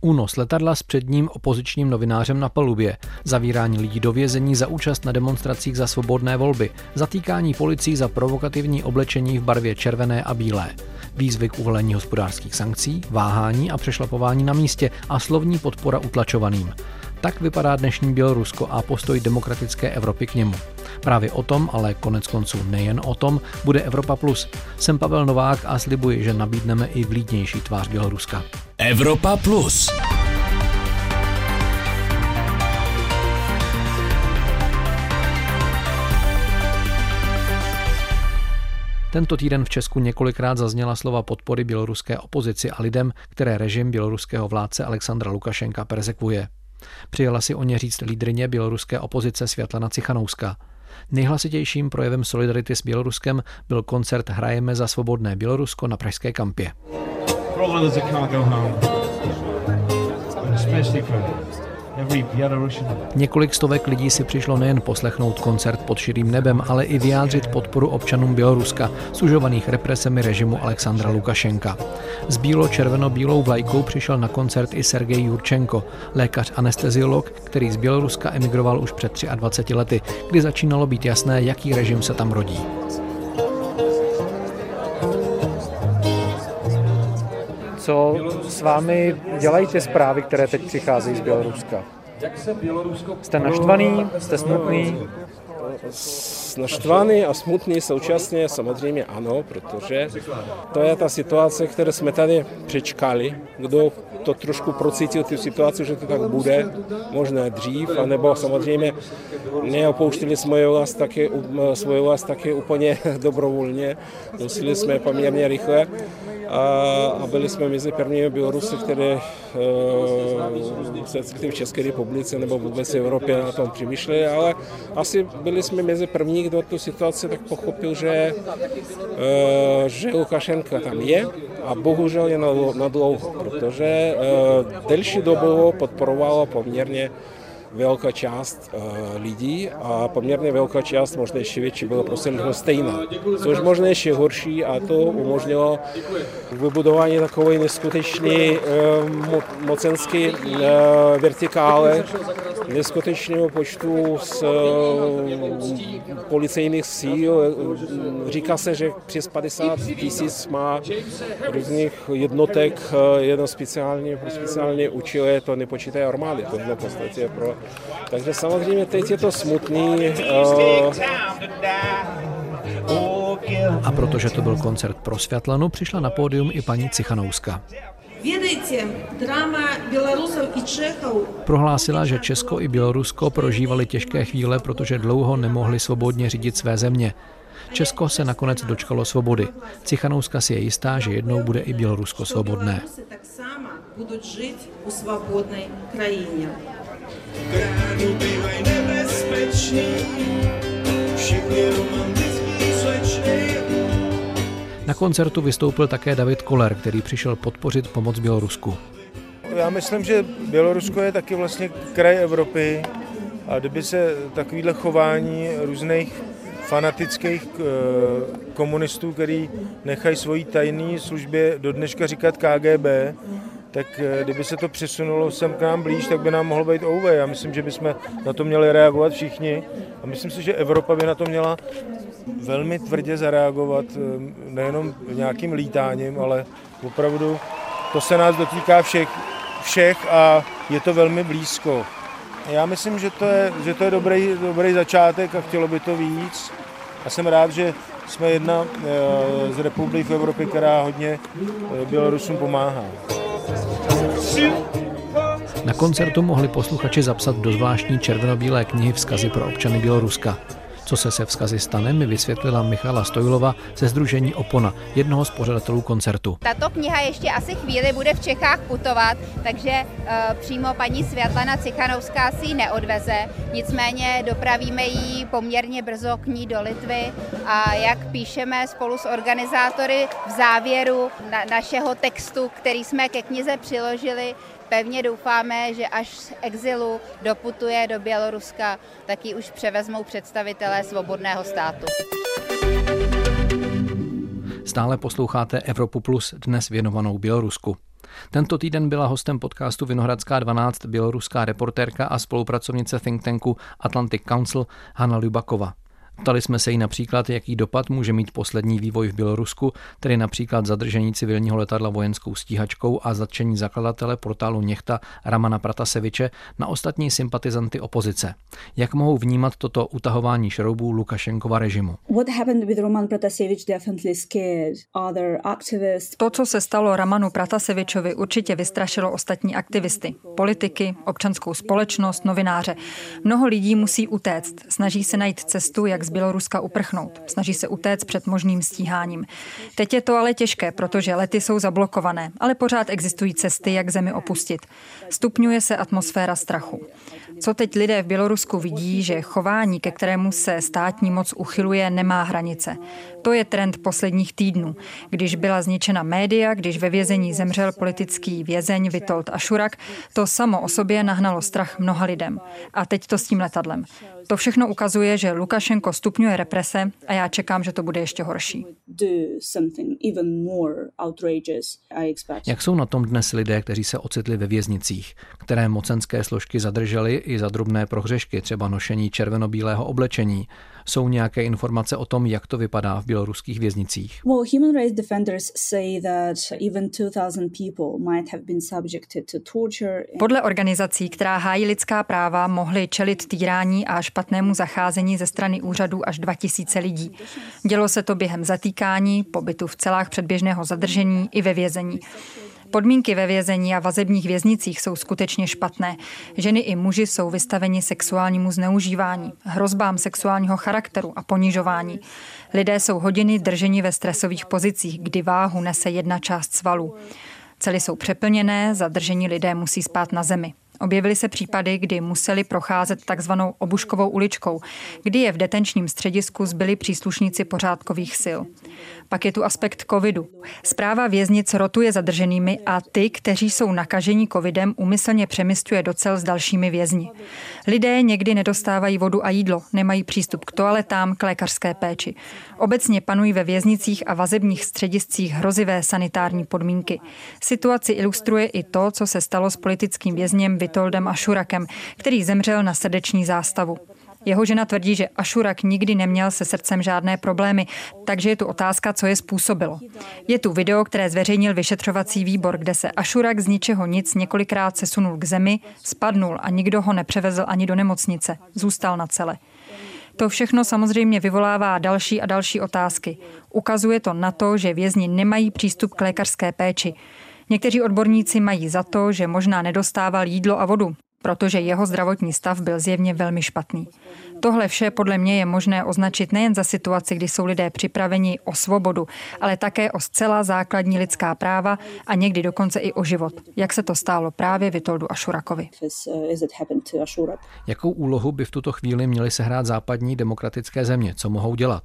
Únos letadla s předním opozičním novinářem na palubě, zavírání lidí do vězení za účast na demonstracích za svobodné volby, zatýkání policií za provokativní oblečení v barvě červené a bílé, výzvy k uvalení hospodářských sankcí, váhání a přešlapování na místě a slovní podpora utlačovaným. Tak vypadá dnešní Bělorusko a postoj demokratické Evropy k němu. Právě o tom, ale koneckonců nejen o tom, bude Evropa Plus. Jsem Pavel Novák a slibuji, že nabídneme i vlídnější tvář Běloruska. Evropa Plus. Tento týden v Česku několikrát zazněla slova podpory běloruské opozici a lidem, které režim běloruského vládce Alexandra Lukašenka perzekvuje. Přijela si o ně říct lídryně běloruské opozice Světlana Cichanouská. Nejhlasitějším projevem solidarity s Běloruskem byl koncert Hrajeme za svobodné Bělorusko na pražské Kampě. Několik stovek lidí si přišlo nejen poslechnout koncert pod širým nebem, ale i vyjádřit podporu občanům Běloruska, sužovaných represemi režimu Alexandra Lukašenka. S bílo-červeno-bílou vlajkou přišel na koncert i Sergej Jurčenko, lékař anesteziolog, který z Běloruska emigroval už před 23 lety, kdy začínalo být jasné, jaký režim se tam rodí. Co s vámi dělají ty zprávy, které teď přicházejí z Běloruska? Jste naštvaný? Jste smutný? Naštvaný a smutný současně samozřejmě ano, protože to je ta situace, kterou jsme tady přečkali. Kdo to trošku procítil tu situaci, že to tak bude, možná dřív, anebo samozřejmě neopouštili svoji vlast taky úplně dobrovolně. Museli jsme poměrně rychle a byli jsme mezi prvními Bělorusy, které v České republice nebo vůbec v Evropě na tom přemýšleli, ale asi byli jsme mezi první, kdo tu situaci tak pochopil, že Lukašenka tam je a bohužel je na dlouho, protože delší dobu podporovala poměrně velká část lidí a poměrně velká část, možná ještě větší, byla prostě lhostejná. Což možná ještě horší a to umožnilo vybudování takové neskutečné mocenské vertikále, neskutečného počtu z policejních síl. Říká se, že přes 50 000 má různých jednotek, jedno speciálně účely, to nepočítají armády, to je v podstatě pro. Takže samozřejmě teď je to smutný. A protože to byl koncert pro Světlanu, přišla na pódium i paní Cichanouská. Prohlásila, že Česko i Bělorusko prožívali těžké chvíle, protože dlouho nemohli svobodně řídit své země. Česko se nakonec dočkalo svobody. Cichanouská si je jistá, že jednou bude i Bělorusko svobodné. Na koncertu vystoupil také David Koller, který přišel podpořit pomoc Bělorusku. Já myslím, že Bělorusko je taky vlastně kraj Evropy a kdyby se takovýhle chování různých fanatických komunistů, který nechají svojí tajné službě do dneška říkat KGB, tak kdyby se to přesunulo sem k nám blíž, tak by nám mohlo být over. Já myslím, že bychom na to měli reagovat všichni a myslím si, že Evropa by na to měla velmi tvrdě zareagovat, nejenom nějakým lítáním, ale opravdu to se nás dotýká všech a je to velmi blízko. Já myslím, že to je dobrý začátek a chtělo by to víc. A jsem rád, že jsme jedna z republik v Evropě, která hodně Bělorusům pomáhá. Na koncertu mohli posluchači zapsat do zvláštní červeno-bílé knihy Vzkazy pro občany Běloruska. Co se vzkazy stane, mi vysvětlila Michala Stojlova ze sdružení Opona, jednoho z pořadatelů koncertu. Tato kniha ještě asi chvíli bude v Čechách putovat, takže přímo paní Světlana Cichanouská si ji neodveze. Nicméně dopravíme ji poměrně brzo k ní do Litvy a jak píšeme spolu s organizátory v závěru našeho textu, který jsme ke knize přiložili, pevně doufáme, že až z exilu doputuje do Běloruska, tak ji už převezmou představitelé svobodného státu. Stále posloucháte Evropu Plus, dnes věnovanou Bělorusku. Tento týden byla hostem podcastu Vinohradská 12 běloruská reportérka a spolupracovnice think tanku Atlantic Council Hana Lubakova. Ptali jsme se jí například, jaký dopad může mít poslední vývoj v Bělorusku, tedy například zadržení civilního letadla vojenskou stíhačkou a zatčení zakladatele portálu Něchta Ramana Prataseviče na ostatní sympatizanty opozice. Jak mohou vnímat toto utahování šroubů Lukašenkova režimu? To, co se stalo Ramanu Pratasevičovi, určitě vystrašilo ostatní aktivisty, politiky, občanskou společnost, novináře. Mnoho lidí musí utéct, snaží se najít cestu, jak z Běloruska uprchnout. Snaží se utéct před možným stíháním. Teď je to ale těžké, protože lety jsou zablokované, ale pořád existují cesty, jak zemi opustit. Stupňuje se atmosféra strachu. Co teď lidé v Bělorusku vidí, že chování, ke kterému se státní moc uchyluje, nemá hranice. To je trend posledních týdnů. Když byla zničena média, když ve vězení zemřel politický vězeň Witold Ašurak, to samo o sobě nahnalo strach mnoha lidem. A teď to s tím letadlem. To všechno ukazuje, že Lukašenko stupňuje represe a já čekám, že to bude ještě horší. Jak jsou na tom dnes lidé, kteří se ocitli ve věznicích, které mocenské složky zadržely i za drobné prohřešky, třeba nošení červeno-bílého oblečení? Jsou nějaké informace o tom, jak to vypadá v běloruských věznicích? Human rights defenders say that even 2000 people might have been subjected to torture. Podle organizací, která hájí lidská práva, mohly čelit týrání a špatnému zacházení ze strany úřadů až 2000 lidí. Dělo se to během zatýkání, pobytu v celách předběžného zadržení i ve vězení. Podmínky ve vězení a vazebních věznicích jsou skutečně špatné. Ženy i muži jsou vystaveni sexuálnímu zneužívání, hrozbám sexuálního charakteru a ponižování. Lidé jsou hodiny drženi ve stresových pozicích, kdy váhu nese jedna část svalů. Cely jsou přeplněné, zadržení lidé musí spát na zemi. Objevily se případy, kdy museli procházet takzvanou Obuškovou uličkou, kdy je v detenčním středisku zbyli příslušníci pořádkových sil. Pak je tu aspekt covidu. Správa věznic rotuje zadrženými a ty, kteří jsou nakaženi covidem, úmyslně přemisťuje do cel s dalšími vězni. Lidé někdy nedostávají vodu a jídlo, nemají přístup k toaletám, k lékařské péči. Obecně panují ve věznicích a vazebních střediscích hrozivé sanitární podmínky. Situaci ilustruje i to, co se stalo s politickým vězněm Witoldem Ašurakem, který zemřel na srdeční zástavu. Jeho žena tvrdí, že Ašurak nikdy neměl se srdcem žádné problémy, takže je tu otázka, co je způsobilo. Je tu video, které zveřejnil vyšetřovací výbor, kde se Ašurak z ničeho nic několikrát sesunul k zemi, spadnul a nikdo ho nepřevezl ani do nemocnice. Zůstal na cele. To všechno samozřejmě vyvolává další a další otázky. Ukazuje to na to, že vězni nemají přístup k lékařské péči. Někteří odborníci mají za to, že možná nedostával jídlo a vodu, protože jeho zdravotní stav byl zjevně velmi špatný. Tohle vše podle mě je možné označit nejen za situaci, kdy jsou lidé připraveni o svobodu, ale také o zcela základní lidská práva a někdy dokonce i o život, jak se to stálo právě Witoldu Ašurakovi. Jakou úlohu by v tuto chvíli měly sehrát západní demokratické země? Co mohou dělat?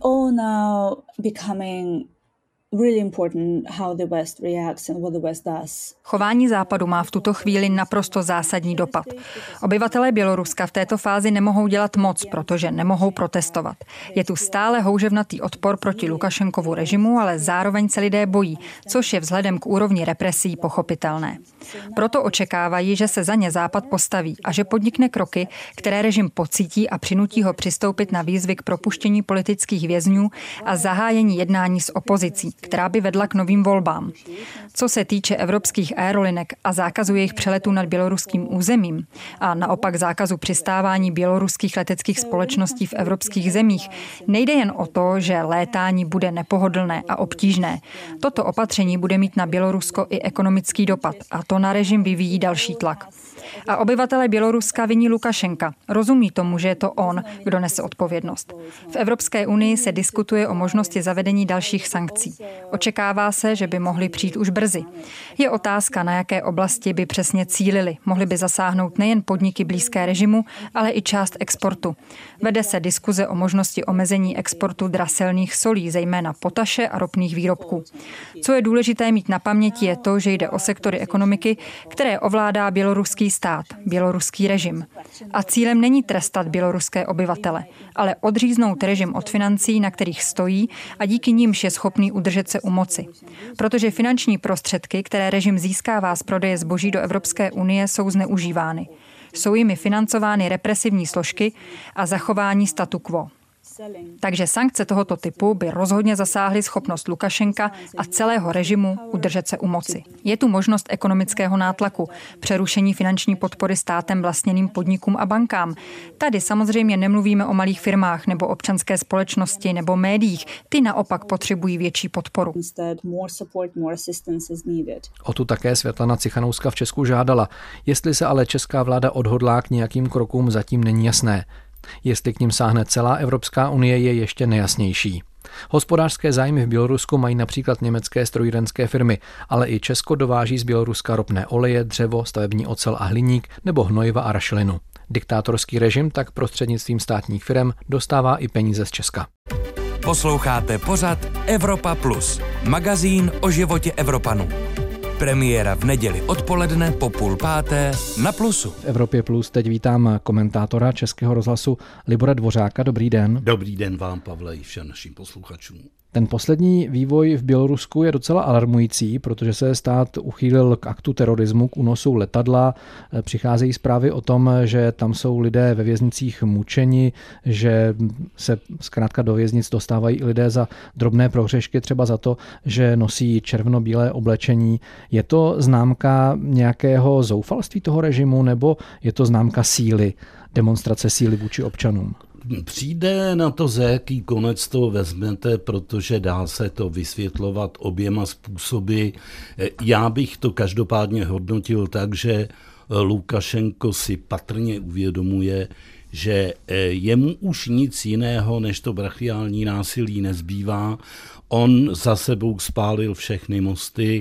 Chování Západu má v tuto chvíli naprosto zásadní dopad. Obyvatelé Běloruska v této fázi nemohou dělat moc, protože nemohou protestovat. Je tu stále houževnatý odpor proti Lukašenkovu režimu, ale zároveň se lidé bojí, což je vzhledem k úrovni represí pochopitelné. Proto očekávají, že se za ně Západ postaví a že podnikne kroky, které režim pocítí a přinutí ho přistoupit na výzvy k propuštění politických vězňů a zahájení jednání s opozicí, která by vedla k novým volbám. Co se týče evropských aerolinek a zákazu jejich přeletů nad běloruským územím a naopak zákazu přistávání běloruských leteckých společností v evropských zemích, nejde jen o to, že létání bude nepohodlné a obtížné. Toto opatření bude mít na Bělorusko i ekonomický dopad a to na režim vyvíjí další tlak. A obyvatelé Běloruska viní Lukašenka. Rozumí tomu, že je to on, kdo nese odpovědnost. V Evropské unii se diskutuje o možnosti zavedení dalších sankcí. Očekává se, že by mohly přijít už brzy. Je otázka, na jaké oblasti by přesně cílili. Mohly by zasáhnout nejen podniky blízké režimu, ale i část exportu. Vede se diskuze o možnosti omezení exportu draselných solí, zejména potaše a ropných výrobků. Co je důležité mít na paměti je to, že jde o sektory ekonomiky, které ovládá běloruský stát, běloruský režim. A cílem není trestat běloruské obyvatele, ale odříznout režim od financí, na kterých stojí a díky nímž je schopný udržet udržet se u moci. Protože finanční prostředky, které režim získává z prodeje zboží do Evropské unie, jsou zneužívány. Jsou jimi financovány represivní složky a zachování statu quo. Takže sankce tohoto typu by rozhodně zasáhly schopnost Lukašenka a celého režimu udržet se u moci. Je tu možnost ekonomického nátlaku, přerušení finanční podpory státem vlastněným podnikům a bankám. Tady samozřejmě nemluvíme o malých firmách nebo občanské společnosti nebo médiích. Ty naopak potřebují větší podporu. O tu také Světlana Cichanouska v Česku žádala. Jestli se ale česká vláda odhodlá k nějakým krokům, zatím není jasné. Jestli k nim sáhne celá Evropská unie, je ještě nejasnější. Hospodářské zájmy v Bělorusku mají například německé strojírenské firmy, ale i Česko dováží z Běloruska ropné oleje, dřevo, stavební ocel a hliník nebo hnojiva a rašelinu. Diktátorský režim tak prostřednictvím státních firem dostává i peníze z Česka. Posloucháte pořad Evropa Plus, magazín o životě Evropanů. Premiéra v neděli odpoledne po 4:30 na Plusu. V Evropě Plus teď vítám komentátora Českého rozhlasu Libora Dvořáka. Dobrý den. Dobrý den vám, Pavle, i všem našim posluchačům. Ten poslední vývoj v Bělorusku je docela alarmující, protože se stát uchýlil k aktu terorismu, k únosu letadla. Přicházejí zprávy o tom, že tam jsou lidé ve věznicích mučeni, že se zkrátka do věznic dostávají i lidé za drobné prohřešky, třeba za to, že nosí červeno-bílé oblečení. Je to známka nějakého zoufalství toho režimu, nebo je to známka síly, demonstrace síly vůči občanům? Přijde na to, za jaký konec to vezmete, protože dá se to vysvětlovat oběma způsoby. Já bych to každopádně hodnotil tak, že Lukašenko si patrně uvědomuje, že jemu už nic jiného než to brachiální násilí nezbývá. On za sebou spálil všechny mosty,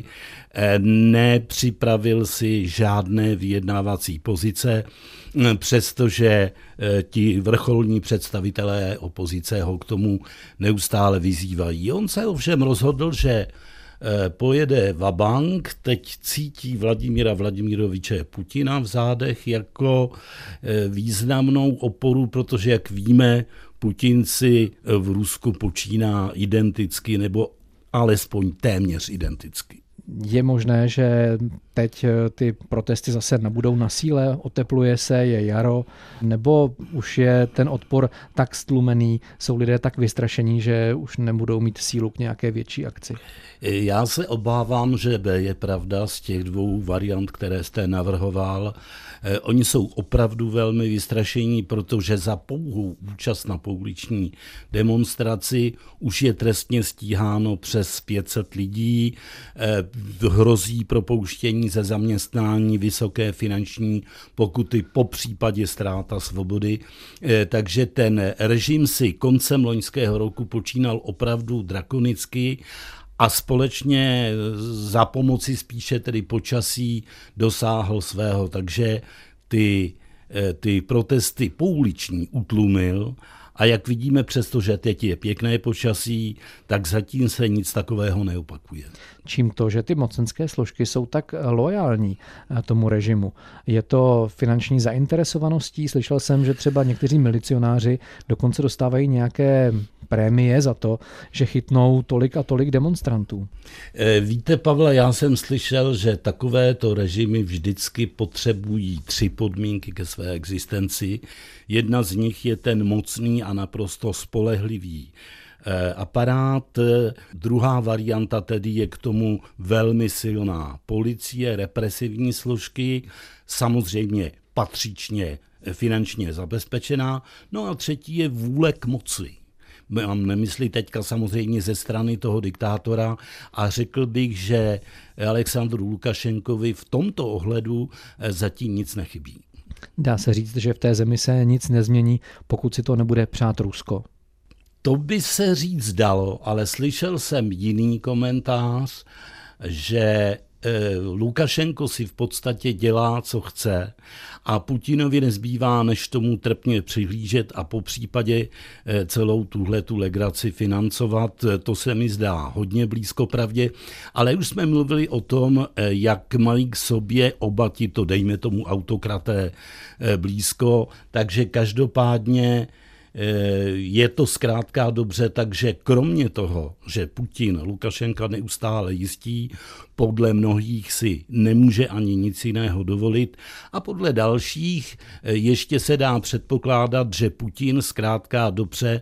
nepřipravil si žádné vyjednávací pozice, přestože ti vrcholní představitelé opozice ho k tomu neustále vyzývají. On se ovšem rozhodl, že pojede vabank, teď cítí Vladimíra Vladimiroviče Putina v zádech jako významnou oporu, protože, jak víme, Putin si v Rusku počíná identicky nebo alespoň téměř identicky. Je možné, že teď ty protesty zase nabudou na síle, otepluje se, je jaro, nebo už je ten odpor tak stlumený, jsou lidé tak vystrašení, že už nebudou mít sílu k nějaké větší akci? Já se obávám, že je pravda z těch dvou variant, které jste navrhoval. Oni jsou opravdu velmi vystrašení, protože za pouhou účast na pouliční demonstraci už je trestně stíháno přes 500 lidí, hrozí propouštění ze zaměstnání, vysoké finanční pokuty, po případě ztráta svobody. Takže ten režim si koncem loňského roku počínal opravdu drakonicky a společně za pomoci spíše tedy počasí dosáhl svého. Takže ty protesty pouliční utlumil a jak vidíme, přestože teď je pěkné počasí, tak zatím se nic takového neopakuje. Čím to, že ty mocenské složky jsou tak loajální tomu režimu? Je to finanční zainteresovaností? Slyšel jsem, že třeba někteří milicionáři dokonce dostávají nějaké prémie za to, že chytnou tolik a tolik demonstrantů. Víte, Pavle, já jsem slyšel, že takovéto režimy vždycky potřebují 3 podmínky ke své existenci. Jedna z nich je ten mocný a naprosto spolehlivý aparát. Druhá varianta tedy je k tomu velmi silná policie, represivní složky, samozřejmě patřičně finančně zabezpečená. No a třetí je vůle k moci. Mám nemysli teďka samozřejmě ze strany toho diktátora a řekl bych, že Alexandru Lukašenkovi v tomto ohledu zatím nic nechybí. Dá se říct, že v té zemi se nic nezmění, pokud si to nebude přát Rusko? To by se říct dalo, ale slyšel jsem jiný komentář, že Lukašenko si v podstatě dělá, co chce a Putinovi nezbývá, než tomu trpně přihlížet a po případě celou tuhletu legraci financovat. To se mi zdá hodně blízko pravdě, ale už jsme mluvili o tom, jak mají k sobě oba tito, dejme tomu autokraté, blízko, takže každopádně je to zkrátka dobře, takže kromě toho, že Putin Lukašenka neustále jistí, podle mnohých si nemůže ani nic jiného dovolit a podle dalších ještě se dá předpokládat, že Putin zkrátka dobře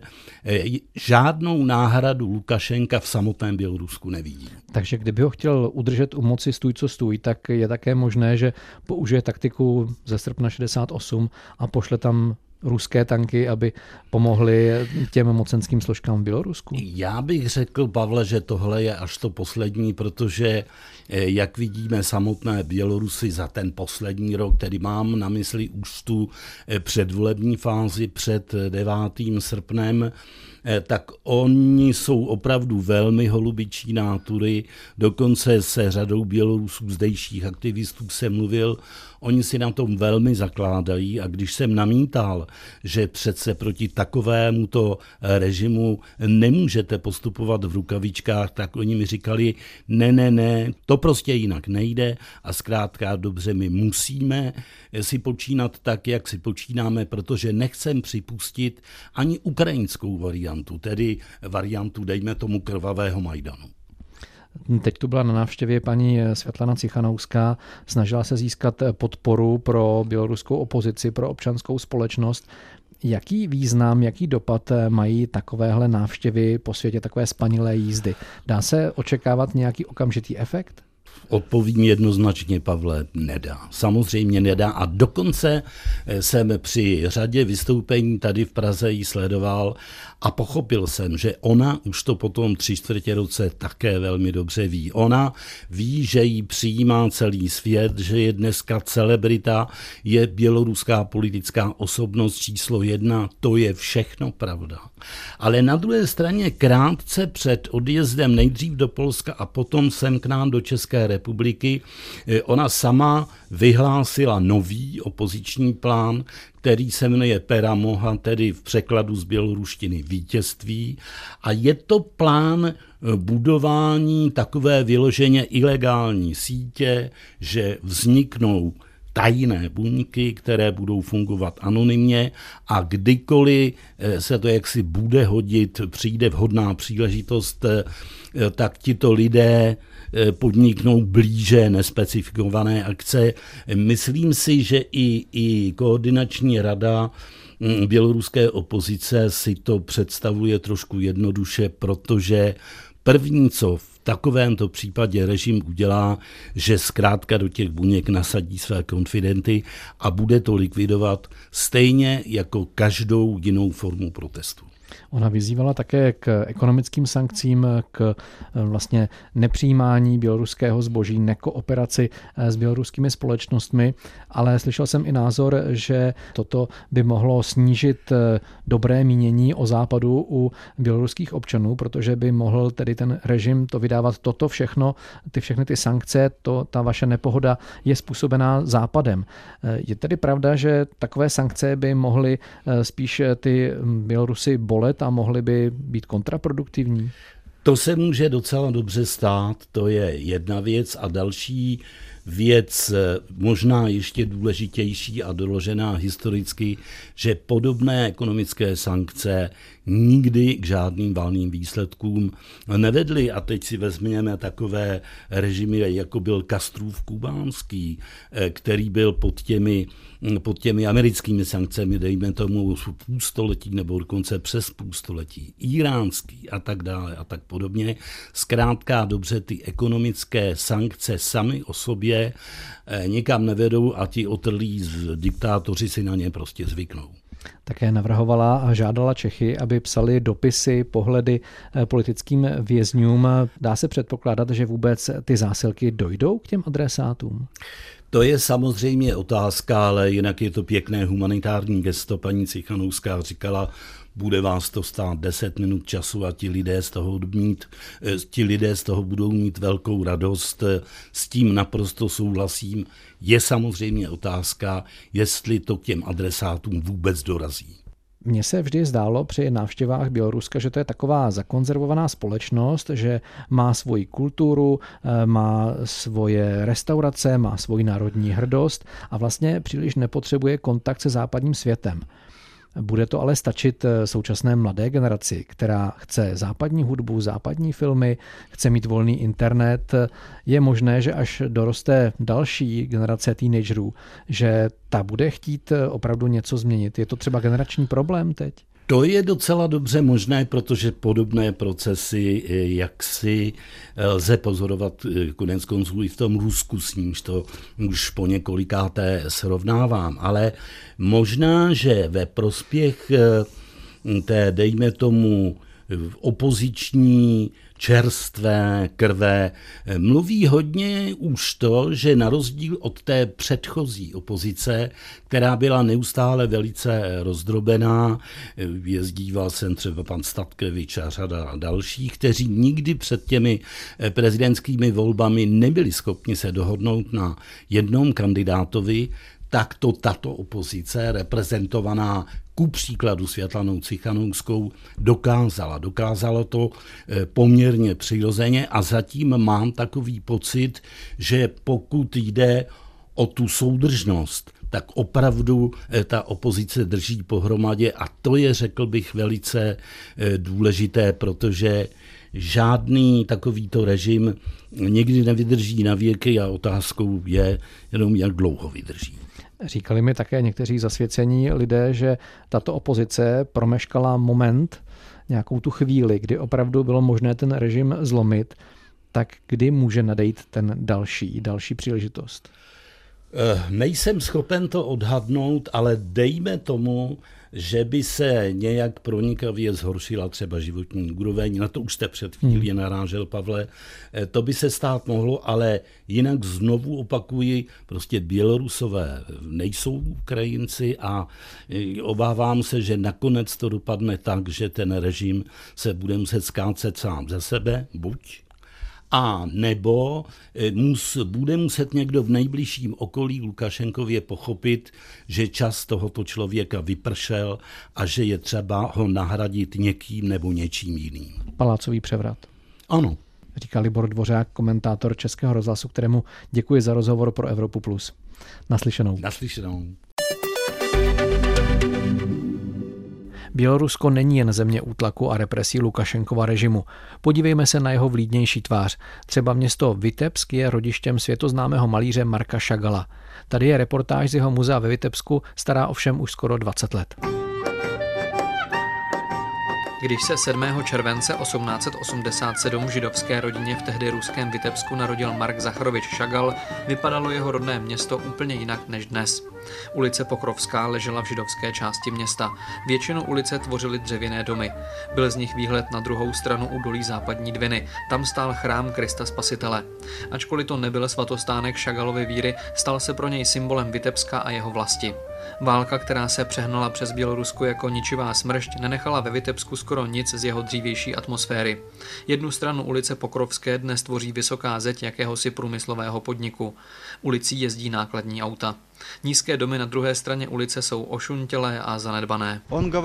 žádnou náhradu Lukašenka v samotném Bělorusku nevidí. Takže kdyby ho chtěl udržet u moci stůj co stůj, tak je také možné, že použije taktiku ze srpna 68 a pošle tam ruské tanky, aby pomohly těm mocenským složkám v Bělorusku? Já bych řekl, Pavle, že tohle je až to poslední, protože jak vidíme samotné Bělorusy za ten poslední rok, tedy mám na mysli už tu předvolební fázi před 9. srpnem, tak oni jsou opravdu velmi holubičí nátury, dokonce se řadou Bělorusů zdejších aktivistů jsem mluvil, oni si na tom velmi zakládají a když jsem namítal, že přece proti takovémuto režimu nemůžete postupovat v rukavičkách, tak oni mi říkali, ne, to prostě jinak nejde a zkrátka dobře, my musíme si počínat tak, jak si počínáme, protože nechcem připustit ani ukrajinskou variantu, tedy variantu, dejme tomu, krvavého Majdanu. Teď tu byla na návštěvě paní Světlana Cichanouská, snažila se získat podporu pro běloruskou opozici, pro občanskou společnost. Jaký význam, jaký dopad mají takovéhle návštěvy po světě, takové spanilé jízdy? Dá se očekávat nějaký okamžitý efekt? Odpovím jednoznačně, Pavle, nedá. Samozřejmě nedá a dokonce jsem při řadě vystoupení tady v Praze ji sledoval a pochopil jsem, že ona už to potom 3/4 roce také velmi dobře ví. Ona ví, že ji přijímá celý svět, že je dneska celebrita, je běloruská politická osobnost číslo 1, to je všechno pravda. Ale na druhé straně krátce před odjezdem nejdřív do Polska a potom sem k nám do České republiky, ona sama vyhlásila nový opoziční plán, který se jmenuje Peramoha, tedy v překladu z běloruštiny vítězství. A je to plán budování takové vyloženě ilegální sítě, že vzniknou tajné buňky, které budou fungovat anonymně a kdykoliv se to jaksi bude hodit, přijde vhodná příležitost, tak tito lidé podniknou blíže nespecifikované akce. Myslím si, že i koordinační rada běloruské opozice si to představuje trošku jednoduše, protože první, co v takovémto případě režim udělá, že zkrátka do těch buněk nasadí své konfidenty a bude to likvidovat stejně jako každou jinou formu protestu. Ona vyzývala také k ekonomickým sankcím, k vlastně nepřijímání běloruského zboží, nekooperaci s běloruskými společnostmi, ale slyšel jsem i názor, že toto by mohlo snížit dobré mínění o západu u běloruských občanů, protože by mohl tedy ten režim to vydávat toto všechno, všechny ty sankce, ta vaše nepohoda je způsobená západem. Je tedy pravda, že takové sankce by mohly spíš ty Bělorusy bolet a mohly by být kontraproduktivní? To se může docela dobře stát, to je jedna věc a další věc, možná ještě důležitější a doložená historicky, že podobné ekonomické sankce nikdy k žádným valným výsledkům nevedly. A teď si vezměme takové režimy, jako byl Castrův kubánský, který byl pod těmi americkými sankcemi, dejme tomu půlstoletí nebo dokonce přes půlstoletí, iránský a tak dále a tak podobně. Zkrátka dobře, ty ekonomické sankce sami o sobě nikam nevedou a ti otrlí diktátoři si na ně prostě zvyknou. Také navrhovala a žádala Čechy, aby psali dopisy, pohledy politickým vězňům. Dá se předpokládat, že vůbec ty zásilky dojdou k těm adresátům? To je samozřejmě otázka, ale jinak je to pěkné humanitární gesto. Paní Cichanouská říkala, bude vás to stát 10 minut času a ti lidé z toho budou mít velkou radost. S tím naprosto souhlasím. Je samozřejmě otázka, jestli to k těm adresátům vůbec dorazí. Mně se vždy zdálo při návštěvách Běloruska, že to je taková zakonzervovaná společnost, že má svoji kulturu, má svoje restaurace, má svoji národní hrdost a vlastně příliš nepotřebuje kontakt se západním světem. Bude to ale stačit současné mladé generaci, která chce západní hudbu, západní filmy, chce mít volný internet. Je možné, že až doroste další generace teenagerů, že ta bude chtít opravdu něco změnit. Je to třeba generační problém teď? To je docela dobře možné, protože podobné procesy, jak si lze pozorovat konec konců i v tom Rusku, s nímž to už po několikáté srovnávám. Ale možná, že ve prospěch té, dejme tomu, opoziční čerstvé krve mluví hodně už to, že na rozdíl od té předchozí opozice, která byla neustále velice rozdrobená, jezdíval jsem třeba pan Statkevič a řada dalších, kteří nikdy před těmi prezidentskými volbami nebyli schopni se dohodnout na jednom kandidátovi, tak to tato opozice, reprezentovaná ku příkladu Světlanou Cichanouskou, dokázala to poměrně přirozeně a zatím mám takový pocit, že pokud jde o tu soudržnost, tak opravdu ta opozice drží pohromadě a to je, řekl bych, velice důležité, protože žádný takovýto režim nikdy nevydrží na věky a otázkou je jenom, jak dlouho vydrží. Říkali mi také někteří zasvěcení lidé, že tato opozice promeškala moment, nějakou tu chvíli, kdy opravdu bylo možné ten režim zlomit, tak kdy může nadejít ten další příležitost? Nejsem schopen to odhadnout, ale dejme tomu, že by se nějak pronikavě zhoršila třeba životní úroveň, na to už jste před chvílí narážel, Pavle, to by se stát mohlo, ale jinak znovu opakuji, prostě Bělorusové nejsou Ukrajinci a obávám se, že nakonec to dopadne tak, že ten režim se bude muset skácet sám ze sebe, buď, a nebo bude muset někdo v nejbližším okolí Lukašenkově pochopit, že čas tohoto člověka vypršel a že je třeba ho nahradit někým nebo něčím jiným. Palácový převrat. Ano. Říká Libor Dvořák, komentátor Českého rozhlasu, kterému děkuji za rozhovor pro Evropu+. Naslyšenou. Naslyšenou. Bělorusko není jen země útlaku a represí Lukašenkova režimu. Podívejme se na jeho vlídnější tvář. Třeba město Vitebsk je rodištěm světoznámého malíře Marka Šagala. Tady je reportáž z jeho muzea ve Vitebsku, stará ovšem už skoro 20 let. Když se 7. července 1887 v židovské rodině v tehdy ruském Vitebsku narodil Mark Zacharovič Šagal, vypadalo jeho rodné město úplně jinak než dnes. Ulice Pokrovská ležela v židovské části města. Většinu ulice tvořily dřevěné domy. Byl z nich výhled na druhou stranu údolí Západní Dviny. Tam stál chrám Krista Spasitele. Ačkoliv to nebyl svatostánek Šagalovy víry, stal se pro něj symbolem Vitebska a jeho vlasti. Válka, která se přehnala přes Bělorusko jako ničivá smršť, nenechala ve Vitebsku skoro nic z jeho dřívější atmosféry. Jednu stranu ulice Pokrovské dnes tvoří vysoká zeď jakéhosi průmyslového podniku. Ulicí jezdí nákladní auta. Nízké domy na druhé straně ulice jsou ošuntělé a zanedbané.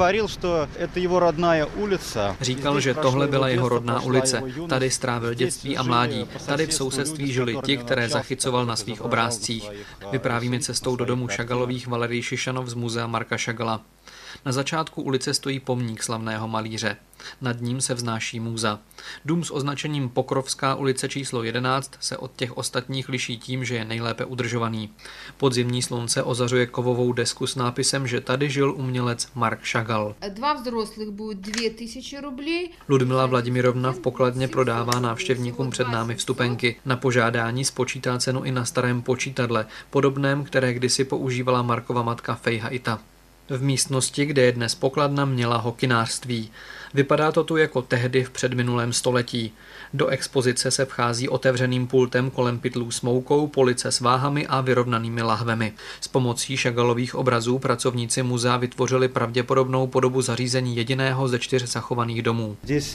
Říkal, že tohle byla jeho rodná ulice. Tady strávil dětství a mládí. Tady v sousedství žili ti, které zachycoval na svých obrázcích. Vyprávíme cestou do domu Šagalových Valerij Šišanov z muzea Marka Šagala. Na začátku ulice stojí pomník slavného malíře. Nad ním se vznáší můza. Dům s označením Pokrovská ulice číslo 11 se od těch ostatních liší tím, že je nejlépe udržovaný. Podzimní slunce ozařuje kovovou desku s nápisem, že tady žil umělec Mark Šagal. Ludmila Vladimirovna v pokladně prodává návštěvníkům před námi vstupenky. Na požádání spočítá cenu i na starém počítadle, podobném, které kdysi používala Markova matka Fejha Ita. V místnosti, kde je dnes pokladna, měla hokynářství. Vypadá to tu jako tehdy v předminulém století. Do expozice se vchází otevřeným pultem kolem pytlů s moukou, police s váhami a vyrovnanými lahvemi. S pomocí Šagalových obrazů pracovníci muzea vytvořili pravděpodobnou podobu zařízení jediného ze 4 zachovaných domů.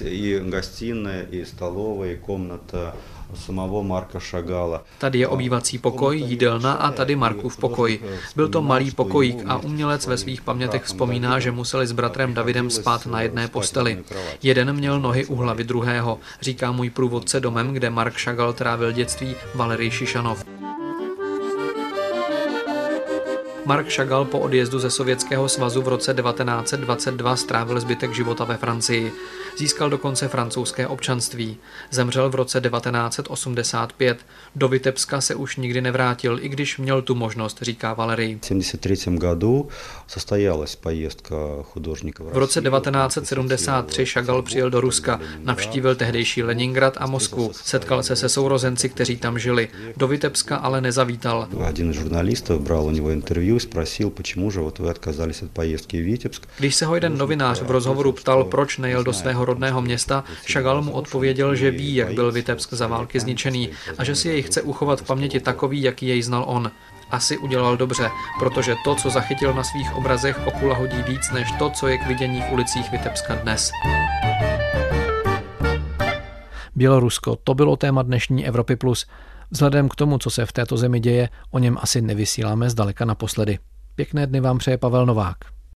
Tady je obývací pokoj, jídelna a tady Markův pokoj. Byl to malý pokojík a umělec ve svých pamětech vzpomíná, že museli s bratrem Davidem spát na jedné posteli. Jeden měl nohy u hlavy druhého, říká můj průvodce domem, kde Mark Šagal trávil dětství, Valerij Šišanov. Marc Chagall po odjezdu ze Sovětského svazu v roce 1922 strávil zbytek života ve Francii. Získal dokonce francouzské občanství. Zemřel v roce 1985. Do Vitebska se už nikdy nevrátil, i když měl tu možnost, říká Valery. V roce 1973 Chagall přijel do Ruska, navštívil tehdejší Leningrad a Moskvu, setkal se se sourozenci, kteří tam žili. Do Vitebska ale nezavítal. Один из журналистов брал у него интервью, спросил, почему же вот вы отказались от поездки в Витебск. Když se ho jeden novinář v rozhovoru ptal, proč nejel do svého rodného města, Chagall mu odpověděl, že ví, jak byl Vitebsk za války zničený a že si jej chce uchovat v paměti takový, jaký jej znal on. Asi udělal dobře, protože to, co zachytil na svých obrazech, okulahodí víc než to, co je k vidění v ulicích Vitebska dnes. Bělorusko, to bylo téma dnešní Evropy Plus. Vzhledem k tomu, co se v této zemi děje, o něm asi nevysíláme zdaleka naposledy. Pěkné dny vám přeje Pavel Novák.